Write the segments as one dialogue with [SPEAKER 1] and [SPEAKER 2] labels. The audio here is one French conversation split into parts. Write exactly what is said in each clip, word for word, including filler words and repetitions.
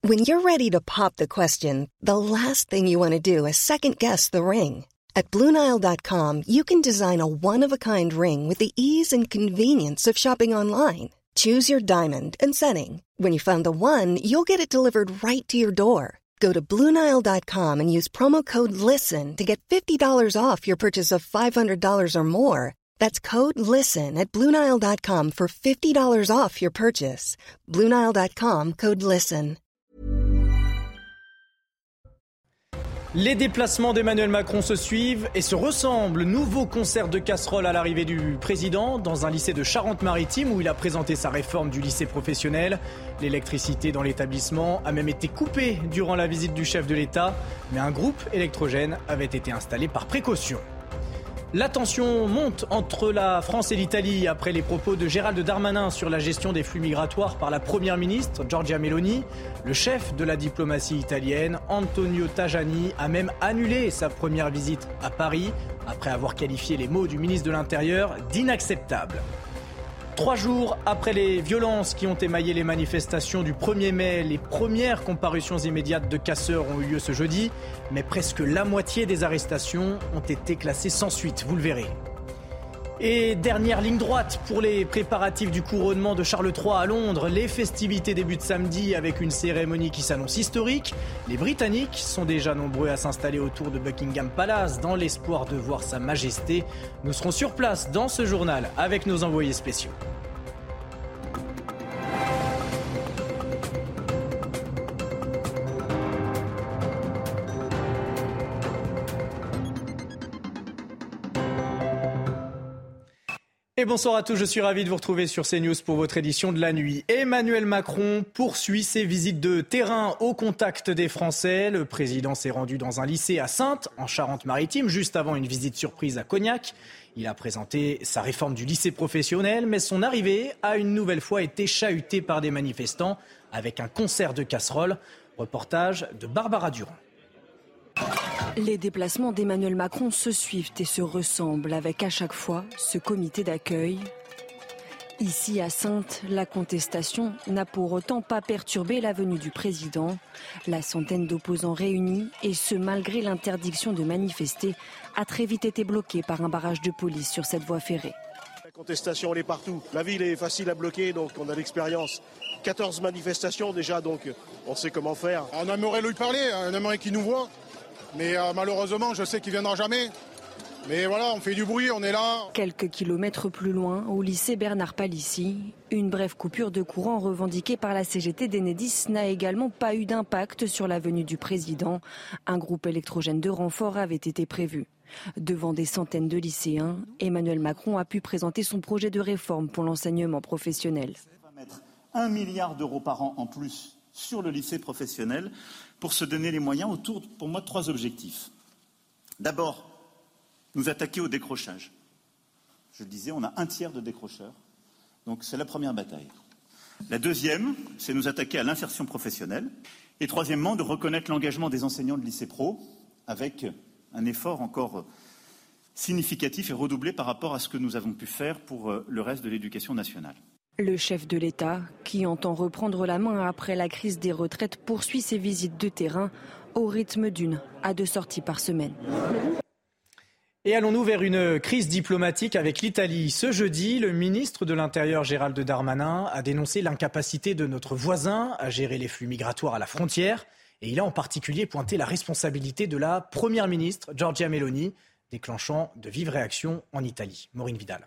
[SPEAKER 1] When you're ready to pop the question, the last thing you want to do is second-guess the ring. At Blue Nile dot com, you can design a one-of-a-kind ring with the ease and convenience of shopping online. Choose your diamond and setting. When you find the one, you'll get it delivered right to your door. Go to Blue Nile dot com and use promo code LISTEN to get fifty dollars off your purchase of five hundred dollars or more. That's code LISTEN at Blue Nile dot com for fifty dollars off your purchase. Blue Nile dot com, code LISTEN.
[SPEAKER 2] Les déplacements d'Emmanuel Macron se suivent et se ressemblent. Nouveau concert de casserole à l'arrivée du président dans un lycée de Charente-Maritime où il a présenté sa réforme du lycée professionnel. L'électricité dans l'établissement a même été coupée durant la visite du chef de l'État, mais un groupe électrogène avait été installé par précaution. La tension monte entre la France et l'Italie après les propos de Gérald Darmanin sur la gestion des flux migratoires par la première ministre Giorgia Meloni. Le chef de la diplomatie italienne, Antonio Tajani, a même annulé sa première visite à Paris après avoir qualifié les mots du ministre de l'Intérieur d'inacceptables. Trois jours après les violences qui ont émaillé les manifestations du premier mai, les premières comparutions immédiates de casseurs ont eu lieu ce jeudi, mais presque la moitié des arrestations ont été classées sans suite, vous le verrez. Et dernière ligne droite pour les préparatifs du couronnement de Charles trois à Londres. Les festivités débutent samedi avec une cérémonie qui s'annonce historique. Les Britanniques sont déjà nombreux à s'installer autour de Buckingham Palace dans l'espoir de voir Sa Majesté. Nous serons sur place dans ce journal avec nos envoyés spéciaux. Et bonsoir à tous, je suis ravi de vous retrouver sur CNews pour votre édition de la nuit. Emmanuel Macron poursuit ses visites de terrain au contact des Français. Le président s'est rendu dans un lycée à Saintes, en Charente-Maritime, juste avant une visite surprise à Cognac. Il a présenté sa réforme du lycée professionnel, mais son arrivée a une nouvelle fois été chahutée par des manifestants avec un concert de casseroles. Reportage de Barbara Durand.
[SPEAKER 3] Les déplacements d'Emmanuel Macron se suivent et se ressemblent avec à chaque fois ce comité d'accueil. Ici à Saintes, la contestation n'a pour autant pas perturbé la venue du président. La centaine d'opposants réunis, et ce malgré l'interdiction de manifester, a très vite été bloquée par un barrage de police sur cette voie ferrée.
[SPEAKER 4] La contestation elle est partout. La ville est facile à bloquer, donc on a l'expérience. quatorze manifestations déjà, donc on sait comment faire.
[SPEAKER 5] On aimerait lui parler, on aimerait qu'il nous voit. Mais euh, malheureusement, je sais qu'il ne viendra jamais. Mais voilà, on fait du bruit, on est là.
[SPEAKER 3] Quelques kilomètres plus loin, au lycée Bernard Palissy, une brève coupure de courant revendiquée par la C G T d'Enedis n'a également pas eu d'impact sur la venue du président. Un groupe électrogène de renfort avait été prévu. Devant des centaines de lycéens, Emmanuel Macron a pu présenter son projet de réforme pour l'enseignement professionnel.
[SPEAKER 6] On va mettre un milliard d'euros par an en plus sur le lycée professionnel pour se donner les moyens autour, pour moi, de trois objectifs. D'abord, nous attaquer au décrochage. Je le disais, on a un tiers de décrocheurs, donc c'est la première bataille. La deuxième, c'est nous attaquer à l'insertion professionnelle. Et troisièmement, de reconnaître l'engagement des enseignants de lycée pro, avec un effort encore significatif et redoublé par rapport à ce que nous avons pu faire pour le reste de l'éducation nationale.
[SPEAKER 3] Le chef de l'État, qui entend reprendre la main après la crise des retraites, poursuit ses visites de terrain au rythme d'une à deux sorties par semaine.
[SPEAKER 2] Et allons-nous vers une crise diplomatique avec l'Italie ? Ce jeudi, le ministre de l'Intérieur Gérald Darmanin a dénoncé l'incapacité de notre voisin à gérer les flux migratoires à la frontière. Et il a en particulier pointé la responsabilité de la première ministre Giorgia Meloni, déclenchant de vives réactions en Italie. Maureen Vidal.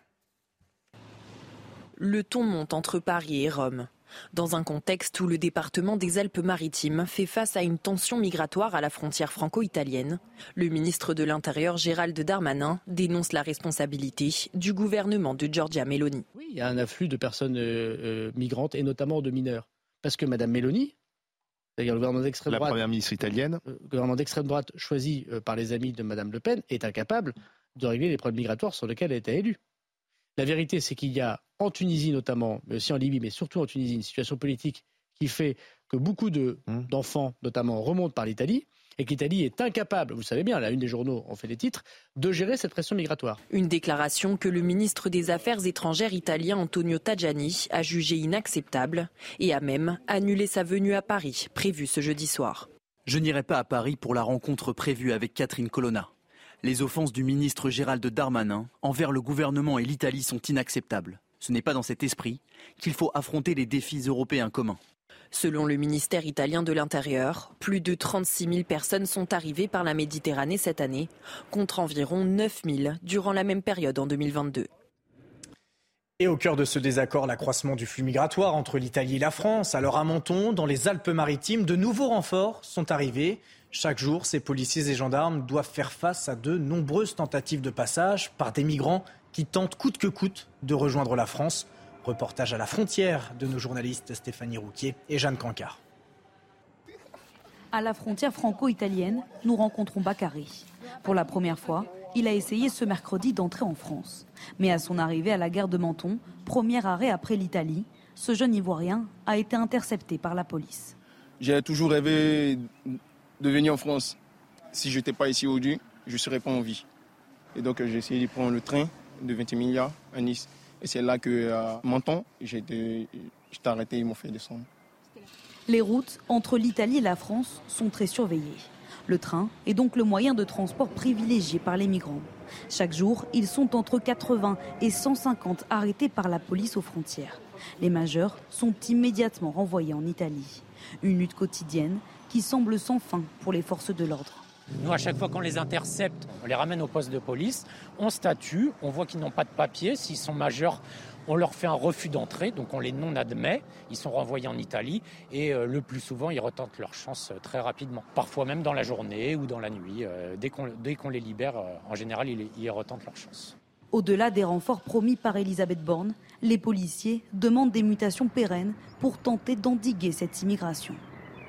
[SPEAKER 7] Le ton monte entre Paris et Rome. Dans un contexte où le département des Alpes-Maritimes fait face à une tension migratoire à la frontière franco-italienne, le ministre de l'Intérieur Gérald Darmanin dénonce la responsabilité du gouvernement de Giorgia Meloni.
[SPEAKER 8] Oui, il y a un afflux de personnes euh, euh, migrantes et notamment de mineurs. Parce que Mme Meloni, c'est-à-dire le gouvernement d'extrême droite,
[SPEAKER 9] la première ministre italienne,
[SPEAKER 8] le gouvernement d'extrême droite choisi euh, par les amis de Mme Le Pen, est incapable de régler les problèmes migratoires sur lesquels elle a été élue. La vérité, c'est qu'il y a en Tunisie notamment, mais aussi en Libye, mais surtout en Tunisie, une situation politique qui fait que beaucoup de, mmh. d'enfants, notamment, remontent par l'Italie, et que l'Italie est incapable, vous le savez bien, la une des journaux en fait les titres, de gérer cette pression migratoire.
[SPEAKER 7] Une déclaration que le ministre des Affaires étrangères italien Antonio Tajani a jugée inacceptable et a même annulé sa venue à Paris, prévue ce jeudi soir.
[SPEAKER 9] Je n'irai pas à Paris pour la rencontre prévue avec Catherine Colonna. Les offenses du ministre Gérald Darmanin envers le gouvernement et l'Italie sont inacceptables. Ce n'est pas dans cet esprit qu'il faut affronter les défis européens communs.
[SPEAKER 7] Selon le ministère italien de l'Intérieur, plus de trente-six mille personnes sont arrivées par la Méditerranée cette année, contre environ neuf mille durant la même période en deux mille vingt-deux.
[SPEAKER 2] Et au cœur de ce désaccord, l'accroissement du flux migratoire entre l'Italie et la France. Alors à Menton, dans les Alpes-Maritimes, de nouveaux renforts sont arrivés. Chaque jour, ces policiers et gendarmes doivent faire face à de nombreuses tentatives de passage par des migrants qui tentent coûte que coûte de rejoindre la France. Reportage à la frontière de nos journalistes Stéphanie Rouquier et Jeanne Cancard.
[SPEAKER 10] À la frontière franco-italienne, nous rencontrons Bakary. Pour la première fois, il a essayé ce mercredi d'entrer en France. Mais à son arrivée à la gare de Menton, premier arrêt après l'Italie, ce jeune Ivoirien a été intercepté par la police.
[SPEAKER 11] J'ai toujours rêvé de venir en France. Si je n'étais pas ici aujourd'hui, je ne serais pas en vie. Et donc j'ai essayé de prendre le train de vingt milliards à Nice. Et c'est là que, à Menton, j'ai été, j'étais arrêté, ils m'ont fait descendre.
[SPEAKER 10] Les routes entre l'Italie et la France sont très surveillées. Le train est donc le moyen de transport privilégié par les migrants. Chaque jour, ils sont entre quatre-vingts et cent cinquante arrêtés par la police aux frontières. Les majeurs sont immédiatement renvoyés en Italie. Une lutte quotidienne qui semble sans fin pour les forces de l'ordre.
[SPEAKER 12] Nous, à chaque fois qu'on les intercepte, on les ramène au poste de police, on statue, on voit qu'ils n'ont pas de papier. S'ils sont majeurs, on leur fait un refus d'entrée, donc on les non-admet. Ils sont renvoyés en Italie et euh, le plus souvent, ils retentent leur chance euh, très rapidement. Parfois même dans la journée ou dans la nuit. Euh, dès qu'on, dès qu'on les libère, euh, en général, ils, ils retentent leur chance.
[SPEAKER 10] Au-delà des renforts promis par Elisabeth Borne, les policiers demandent des mutations pérennes pour tenter d'endiguer cette immigration.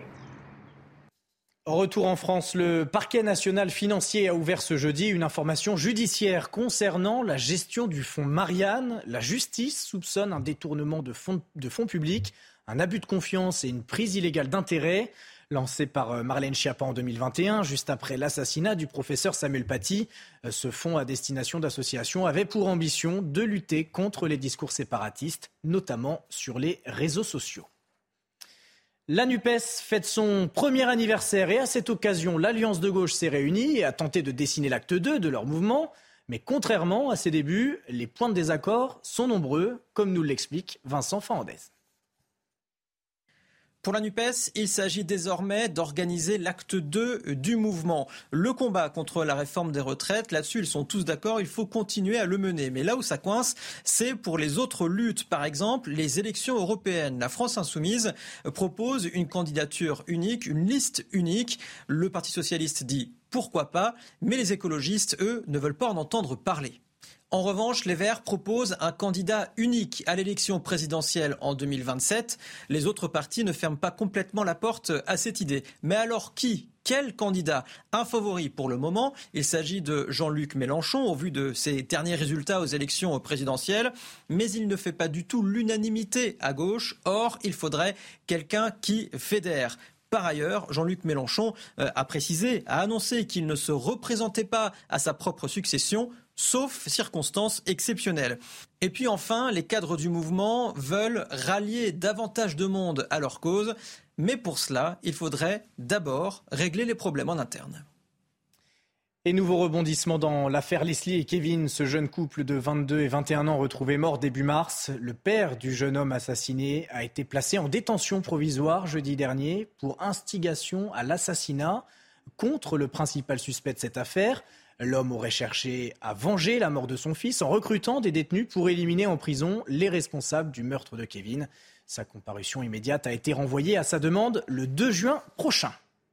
[SPEAKER 2] Retour en France, le parquet national financier a ouvert ce jeudi une information judiciaire concernant la gestion du fonds Marianne. La justice soupçonne un détournement de fonds, de fonds publics, un abus de confiance et une prise illégale d'intérêt. Lancé par Marlène Schiappa en deux mille vingt et un, juste après l'assassinat du professeur Samuel Paty, ce fonds à destination d'associations avait pour ambition de lutter contre les discours séparatistes, notamment sur les réseaux sociaux. La NUPES fête son premier anniversaire et à cette occasion, l'Alliance de gauche s'est réunie et a tenté de dessiner l'acte deux de leur mouvement. Mais contrairement à ses débuts, les points de désaccord sont nombreux, comme nous l'explique Vincent Fernandez.
[SPEAKER 13] Pour la NUPES, il s'agit désormais d'organiser l'acte deux du mouvement. Le combat contre la réforme des retraites, là-dessus, ils sont tous d'accord, il faut continuer à le mener. Mais là où ça coince, c'est pour les autres luttes. Par exemple, les élections européennes. La France insoumise propose une candidature unique, une liste unique. Le Parti socialiste dit pourquoi pas, mais les écologistes, eux, ne veulent pas en entendre parler. En revanche, les Verts proposent un candidat unique à l'élection présidentielle en deux mille vingt-sept. Les autres partis ne ferment pas complètement la porte à cette idée. Mais alors qui ? Quel candidat ? Un favori pour le moment, il s'agit de Jean-Luc Mélenchon au vu de ses derniers résultats aux élections présidentielles. Mais il ne fait pas du tout l'unanimité à gauche. Or, il faudrait quelqu'un qui fédère. Par ailleurs, Jean-Luc Mélenchon a précisé, a annoncé qu'il ne se représentait pas à sa propre succession, sauf circonstances exceptionnelles. Et puis enfin, les cadres du mouvement veulent rallier davantage de monde à leur cause. Mais pour cela, il faudrait d'abord régler les problèmes en interne.
[SPEAKER 2] Et nouveau rebondissement dans l'affaire Leslie et Kevin, ce jeune couple de vingt-deux et vingt et un ans retrouvé mort début mars. Le père du jeune homme assassiné a été placé en détention provisoire jeudi dernier pour instigation à l'assassinat contre le principal suspect de cette affaire. L'homme aurait cherché à venger la mort de son fils en recrutant des détenus pour éliminer en prison les responsables du meurtre de Kevin. Sa comparution immédiate a été renvoyée à sa demande le deux juin prochain.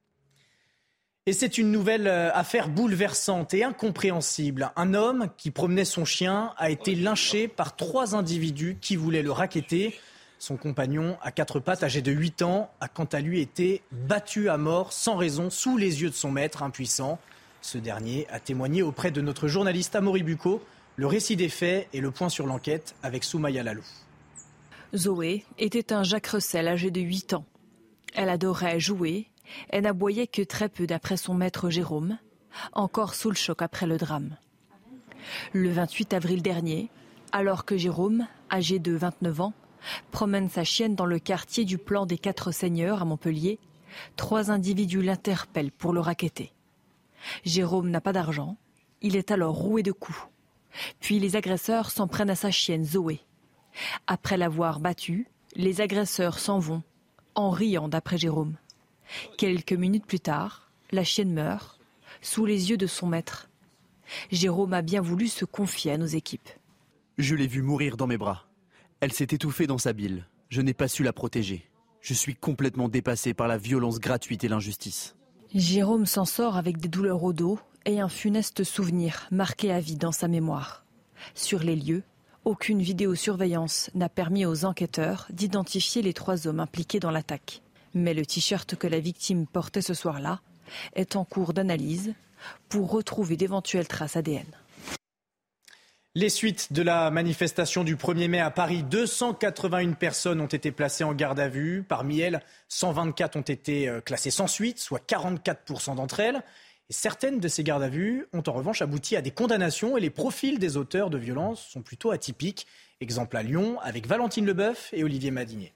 [SPEAKER 2] Et c'est une nouvelle affaire bouleversante et incompréhensible. Un homme qui promenait son chien a été lynché par trois individus qui voulaient le racketter. Son compagnon à quatre pattes, âgé de huit ans, a quant à lui été battu à mort sans raison sous les yeux de son maître impuissant. Ce dernier a témoigné auprès de notre journaliste Amaury Bucco. Le récit des faits et le point sur l'enquête avec Soumaya Lalou.
[SPEAKER 3] Zoé était un Jacques Russell âgé de huit ans. Elle adorait jouer et n'aboyait que très peu d'après son maître Jérôme, encore sous le choc après le drame. Le vingt-huit avril dernier, alors que Jérôme, âgé de vingt-neuf ans, promène sa chienne dans le quartier du Plan des Quatre Seigneurs à Montpellier, trois individus l'interpellent pour le racketter. Jérôme n'a pas d'argent, il est alors roué de coups. Puis les agresseurs s'en prennent à sa chienne Zoé. Après l'avoir battue, les agresseurs s'en vont, en riant d'après Jérôme. Quelques minutes plus tard, la chienne meurt, sous les yeux de son maître. Jérôme a bien voulu se confier à nos équipes.
[SPEAKER 9] Je l'ai vue mourir dans mes bras. Elle s'est étouffée dans sa bile. Je n'ai pas su la protéger. Je suis complètement dépassé par la violence gratuite et l'injustice.
[SPEAKER 3] Jérôme s'en sort avec des douleurs au dos et un funeste souvenir marqué à vie dans sa mémoire. Sur les lieux, aucune vidéosurveillance n'a permis aux enquêteurs d'identifier les trois hommes impliqués dans l'attaque. Mais le t-shirt que la victime portait ce soir-là est en cours d'analyse pour retrouver d'éventuelles traces A D N.
[SPEAKER 2] Les suites de la manifestation du premier mai à Paris, deux cent quatre-vingt-une personnes ont été placées en garde à vue. Parmi elles, cent vingt-quatre ont été classées sans suite, soit quarante-quatre pour cent d'entre elles. Et certaines de ces gardes à vue ont en revanche abouti à des condamnations et les profils des auteurs de violences sont plutôt atypiques. Exemple à Lyon avec Valentine Leboeuf et Olivier Madinier.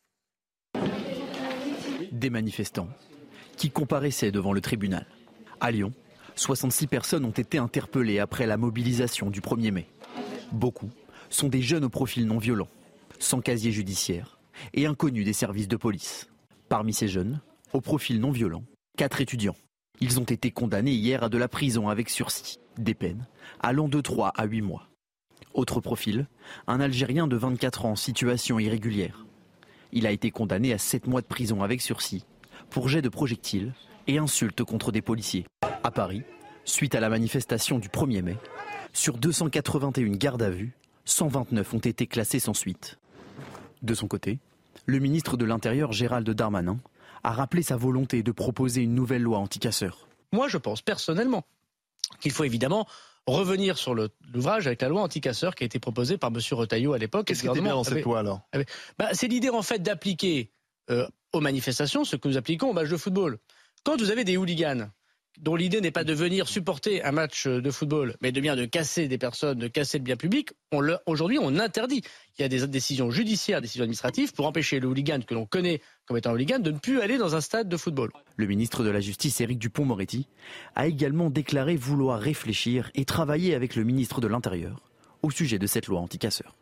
[SPEAKER 9] Des manifestants qui comparaissaient devant le tribunal. À Lyon, soixante-six personnes ont été interpellées après la mobilisation du premier mai. Beaucoup sont des jeunes au profil non violent, sans casier judiciaire et inconnus des services de police. Parmi ces jeunes, au profil non violent, quatre étudiants. Ils ont été condamnés hier à de la prison avec sursis, des peines allant de trois à huit mois. Autre profil, un Algérien de vingt-quatre ans en situation irrégulière. Il a été condamné à sept mois de prison avec sursis pour jet de projectiles et insultes contre des policiers. À Paris, suite à la manifestation du premier mai, sur deux cent quatre-vingt-une gardes à vue, cent vingt-neuf ont été classés sans suite. De son côté, le ministre de l'Intérieur Gérald Darmanin a rappelé sa volonté de proposer une nouvelle loi anti-casseurs.
[SPEAKER 8] Moi, je pense personnellement qu'il faut évidemment revenir sur le, l'ouvrage avec la loi anti-casseurs qui a été proposée par M. Retailleau à l'époque.
[SPEAKER 14] Qu'est-ce qui était bien dans cette
[SPEAKER 8] avait,
[SPEAKER 14] loi alors
[SPEAKER 8] avait, bah, C'est l'idée en fait d'appliquer euh, aux manifestations ce que nous appliquons aux matchs de football. Quand vous avez des hooligans dont l'idée n'est pas de venir supporter un match de football, mais de bien de casser des personnes, de casser le bien public, on le, aujourd'hui on interdit. Il y a des décisions judiciaires, des décisions administratives pour empêcher le hooligan que l'on connaît comme étant un hooligan de ne plus aller dans un stade de football.
[SPEAKER 9] Le ministre de la Justice, Éric Dupond-Moretti, a également déclaré vouloir réfléchir et travailler avec le ministre de l'Intérieur au sujet de cette loi anti-casseurs.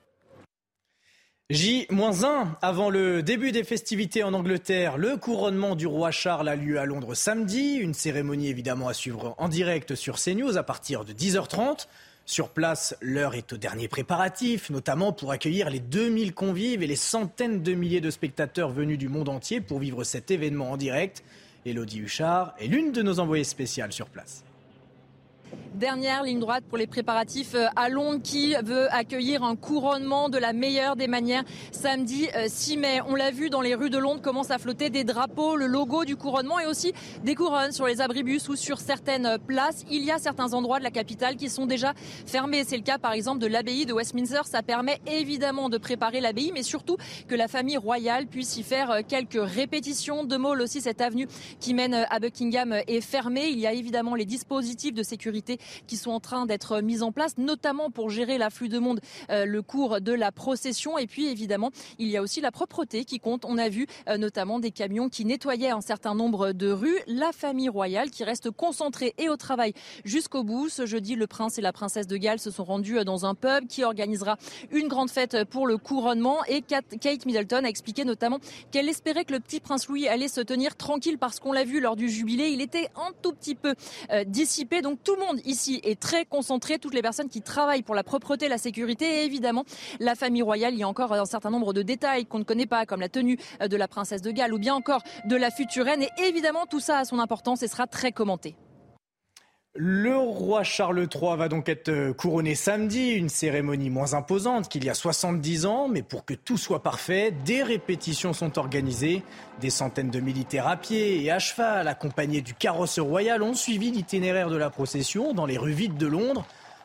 [SPEAKER 2] J un avant le début des festivités en Angleterre, le couronnement du roi Charles a lieu à Londres samedi. Une cérémonie évidemment à suivre en direct sur CNews à partir de dix heures trente. Sur place, l'heure est aux derniers préparatifs, notamment pour accueillir les deux mille convives et les centaines de milliers de spectateurs venus du monde entier pour vivre cet événement en direct. Élodie Huchard est l'une de nos envoyées spéciales sur place.
[SPEAKER 15] Dernière ligne droite pour les préparatifs à Londres qui veut accueillir un couronnement de la meilleure des manières samedi six mai. On l'a vu dans les rues de Londres, commencent à flotter des drapeaux, le logo du couronnement et aussi des couronnes sur les abribus ou sur certaines places. Il y a certains endroits de la capitale qui sont déjà fermés. C'est le cas par exemple de l'abbaye de Westminster. Ça permet évidemment de préparer l'abbaye mais surtout que la famille royale puisse y faire quelques répétitions. De Mall aussi, cette avenue qui mène à Buckingham est fermée. Il y a évidemment les dispositifs de sécurité qui sont en train d'être mis en place, notamment pour gérer l'afflux de monde, euh, le cours de la procession. Et puis évidemment, il y a aussi la propreté qui compte. On a vu euh, notamment des camions qui nettoyaient un certain nombre de rues. La famille royale qui reste concentrée et au travail jusqu'au bout. Ce jeudi, le prince et la princesse de Galles se sont rendus dans un pub qui organisera une grande fête pour le couronnement. Et Kate Middleton a expliqué notamment qu'elle espérait que le petit prince Louis allait se tenir tranquille parce qu'on l'a vu lors du jubilé. Il était un tout petit peu euh, dissipé. Donc tout le monde ici est très concentré, toutes les personnes qui travaillent pour la propreté, la sécurité et évidemment la famille royale. Il y a encore un certain nombre de détails qu'on ne connaît pas comme la tenue de la princesse de Galles ou bien encore de la future reine et évidemment tout ça a son importance et sera très commenté.
[SPEAKER 2] Le roi Charles trois va donc être couronné samedi, une cérémonie moins imposante qu'il y a soixante-dix ans, mais pour que tout soit parfait, des répétitions sont organisées. Des centaines de militaires à pied et à cheval, accompagnés du carrosse royal, ont suivi l'itinéraire de la procession dans les rues vides de Londres.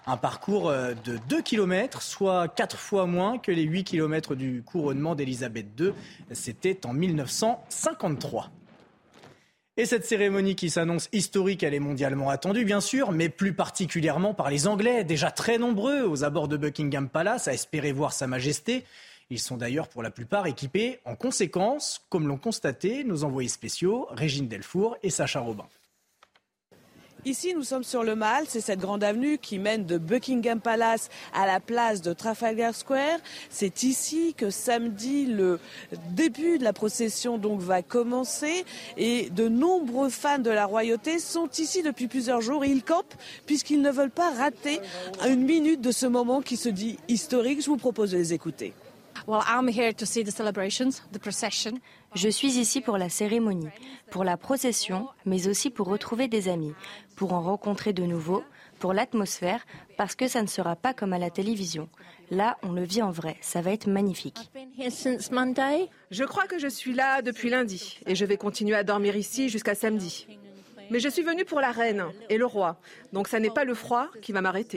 [SPEAKER 2] Un parcours de deux kilomètres, soit quatre fois moins que les huit kilomètres du couronnement d'Élisabeth deux. C'était en mille neuf cent cinquante-trois. Et cette cérémonie qui s'annonce historique, elle est mondialement attendue bien sûr, mais plus particulièrement par les Anglais, déjà très nombreux aux abords de Buckingham Palace à espérer voir Sa Majesté. Ils sont d'ailleurs pour la plupart équipés en conséquence, comme l'ont constaté nos envoyés spéciaux Régine Delfour et Sacha Robin.
[SPEAKER 14] Ici, nous sommes sur le Mall, c'est cette grande avenue qui mène de Buckingham Palace à la place de Trafalgar Square. C'est ici que samedi, le début de la procession donc va commencer et de nombreux fans de la royauté sont ici depuis plusieurs jours et ils campent puisqu'ils ne veulent pas rater une minute de ce moment qui se dit historique. Je vous propose de les écouter.
[SPEAKER 16] Well, I'm here to see the celebrations, the procession. Je suis ici pour la cérémonie, pour la procession, mais aussi pour retrouver des amis, pour en rencontrer de nouveaux, pour l'atmosphère, parce que ça ne sera pas comme à la télévision. Là, on le vit en vrai, ça va être magnifique.
[SPEAKER 17] Je crois que je suis là depuis lundi et je vais continuer à dormir ici jusqu'à samedi. Mais je suis venue pour la reine et le roi, donc ça n'est pas le froid qui va m'arrêter.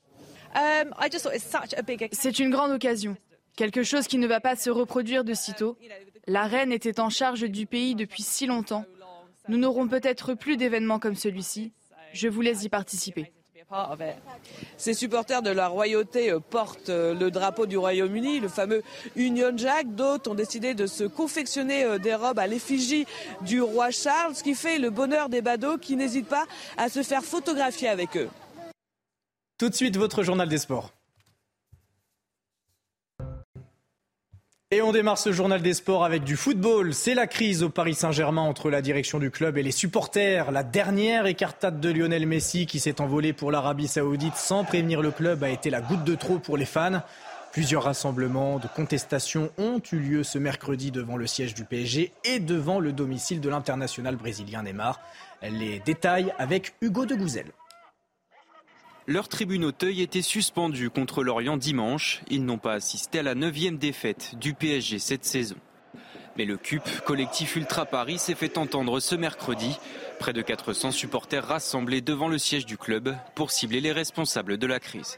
[SPEAKER 18] C'est une grande occasion. Quelque chose qui ne va pas se reproduire de sitôt. La reine était en charge du pays depuis si longtemps. Nous n'aurons peut-être plus d'événements comme celui-ci. Je vous laisse y participer.
[SPEAKER 14] Ces supporters de la royauté portent le drapeau du Royaume-Uni, le fameux Union Jack. D'autres ont décidé de se confectionner des robes à l'effigie du roi Charles, ce qui fait le bonheur des badauds qui n'hésitent pas à se faire photographier avec eux.
[SPEAKER 2] Tout de suite, votre journal des sports. Et on démarre ce journal des sports avec du football. C'est la crise au Paris Saint-Germain entre la direction du club et les supporters. La dernière écartade de Lionel Messi qui s'est envolé pour l'Arabie Saoudite sans prévenir le club a été la goutte de trop pour les fans. Plusieurs rassemblements de contestation ont eu lieu ce mercredi devant le siège du P S G et devant le domicile de l'international brésilien Neymar. Les détails avec Hugo de Gouzel.
[SPEAKER 19] Leur tribune Auteuil était suspendue contre Lorient dimanche. Ils n'ont pas assisté à la neuvième défaite du P S G cette saison. Mais le C U P, collectif Ultra Paris, s'est fait entendre ce mercredi. Près de quatre cents supporters rassemblés devant le siège du club pour cibler les responsables de la crise.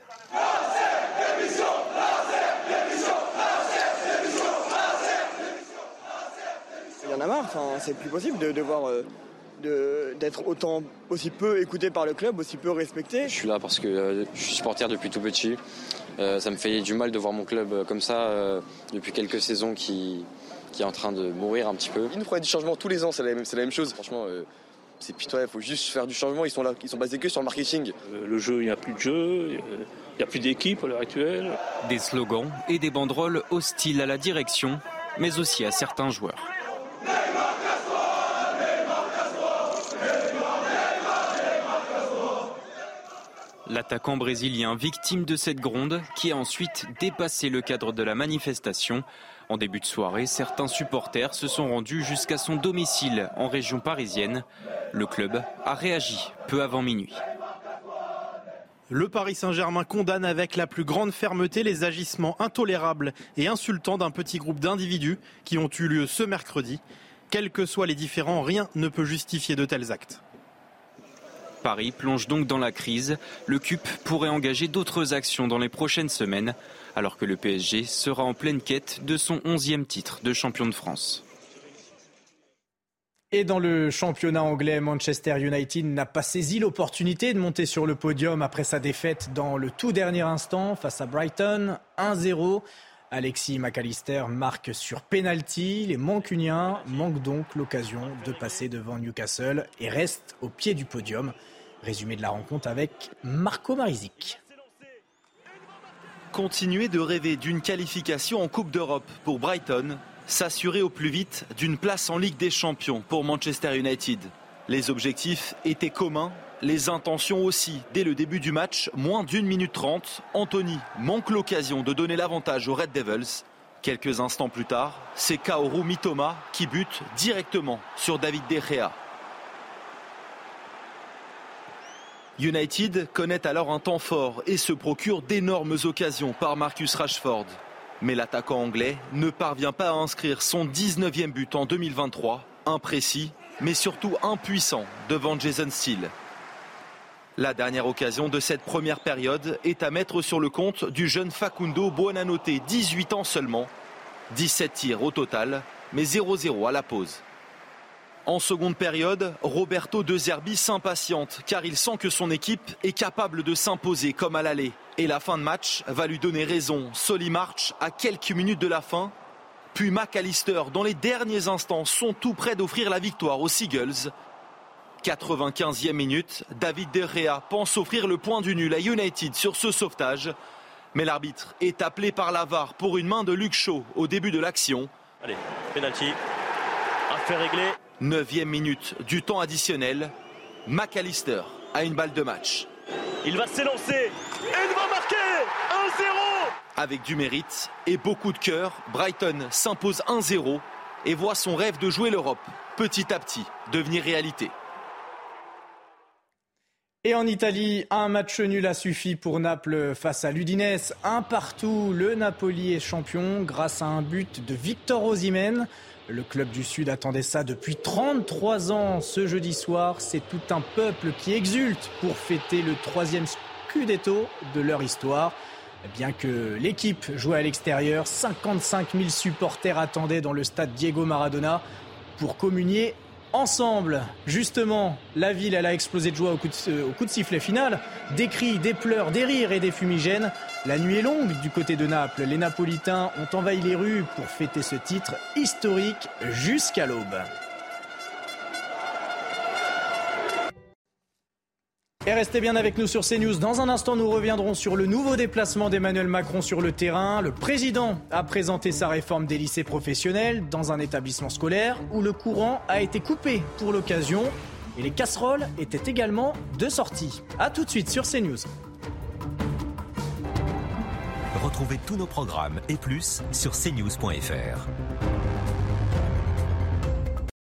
[SPEAKER 20] Il y en a marre, enfin, c'est plus possible de devoir... Euh... De, d'être autant aussi peu écouté par le club, aussi peu respecté.
[SPEAKER 21] Je suis là parce que euh, je suis supporter depuis tout petit. Euh, ça me fait du mal de voir mon club euh, comme ça euh, depuis quelques saisons qui, qui est en train de mourir un petit peu.
[SPEAKER 20] Il nous faudrait du changement tous les ans, c'est la même, c'est la même chose. Franchement, euh, c'est pitoyable, il faut juste faire du changement. Ils sont là, ils sont basés que sur le marketing.
[SPEAKER 22] Euh, le jeu, il n'y a plus de jeu, il n'y a plus d'équipe à l'heure actuelle.
[SPEAKER 19] Des slogans et des banderoles hostiles à la direction, mais aussi à certains joueurs. L'attaquant brésilien victime de cette gronde qui a ensuite dépassé le cadre de la manifestation. En début de soirée, certains supporters se sont rendus jusqu'à son domicile en région parisienne. Le club a réagi peu avant minuit.
[SPEAKER 23] Le Paris Saint-Germain condamne avec la plus grande fermeté les agissements intolérables et insultants d'un petit groupe d'individus qui ont eu lieu ce mercredi. Quels que soient les différends, rien ne peut justifier de tels actes.
[SPEAKER 19] Paris plonge donc dans la crise. Le C U P pourrait engager d'autres actions dans les prochaines semaines, alors que le P S G sera en pleine quête de son onzième titre de champion de France.
[SPEAKER 2] Et dans le championnat anglais, Manchester United n'a pas saisi l'opportunité de monter sur le podium après sa défaite dans le tout dernier instant face à Brighton, un zéro. Alexis McAllister marque sur pénalty. Les Mancuniens manquent donc l'occasion de passer devant Newcastle et restent au pied du podium. Résumé de la rencontre avec Marco Marizic.
[SPEAKER 24] Continuer de rêver d'une qualification en Coupe d'Europe pour Brighton, s'assurer au plus vite d'une place en Ligue des Champions pour Manchester United. Les objectifs étaient communs, les intentions aussi. Dès le début du match, moins d'une minute trente, Anthony manque l'occasion de donner l'avantage aux Red Devils. Quelques instants plus tard, c'est Kaoru Mitoma qui bute directement sur David De Gea. United connaît alors un temps fort et se procure d'énormes occasions par Marcus Rashford. Mais l'attaquant anglais ne parvient pas à inscrire son dix-neuvième but en deux mille vingt-trois, imprécis, mais surtout impuissant devant Jason Steele. La dernière occasion de cette première période est à mettre sur le compte du jeune Facundo Buonanotte, dix-huit ans seulement. dix-sept tirs au total, mais zéro zéro à la pause. En seconde période, Roberto De Zerbi s'impatiente car il sent que son équipe est capable de s'imposer comme à l'aller. Et la fin de match va lui donner raison. Solly marche à quelques minutes de la fin. Puis McAllister, dans les derniers instants, sont tout près d'offrir la victoire aux Seagulls. quatre-vingt-quinzième minute, David De Gea pense offrir le point du nul à United sur ce sauvetage. Mais l'arbitre est appelé par la V A R pour une main de Luke Shaw au début de l'action.
[SPEAKER 1] Allez, penalty, affaire réglée.
[SPEAKER 24] Neuvième minute du temps additionnel, McAllister a une balle de match.
[SPEAKER 1] Il va s'élancer et il va marquer un zéro.
[SPEAKER 24] Avec du mérite et beaucoup de cœur, Brighton s'impose un zéro et voit son rêve de jouer l'Europe petit à petit devenir réalité.
[SPEAKER 2] Et en Italie, un match nul a suffi pour Naples face à l'Udinese. Un partout, le Napoli est champion grâce à un but de Victor Osimhen. Le club du Sud attendait ça depuis trente-trois ans. Ce jeudi soir, c'est tout un peuple qui exulte pour fêter le troisième Scudetto de leur histoire. Bien que l'équipe jouait à l'extérieur, cinquante-cinq mille supporters attendaient dans le stade Diego Maradona pour communier ensemble. Justement, la ville elle a explosé de joie au coup de, au coup de sifflet final. Des cris, des pleurs, des rires et des fumigènes. La nuit est longue du côté de Naples. Les Napolitains ont envahi les rues pour fêter ce titre historique jusqu'à l'aube. Et restez bien avec nous sur CNews. Dans un instant, nous reviendrons sur le nouveau déplacement d'Emmanuel Macron sur le terrain. Le président a présenté sa réforme des lycées professionnels dans un établissement scolaire où le courant a été coupé pour l'occasion. Et les casseroles étaient également de sortie. A tout de suite sur CNews.
[SPEAKER 4] Retrouvez tous nos programmes et plus sur c news point f r.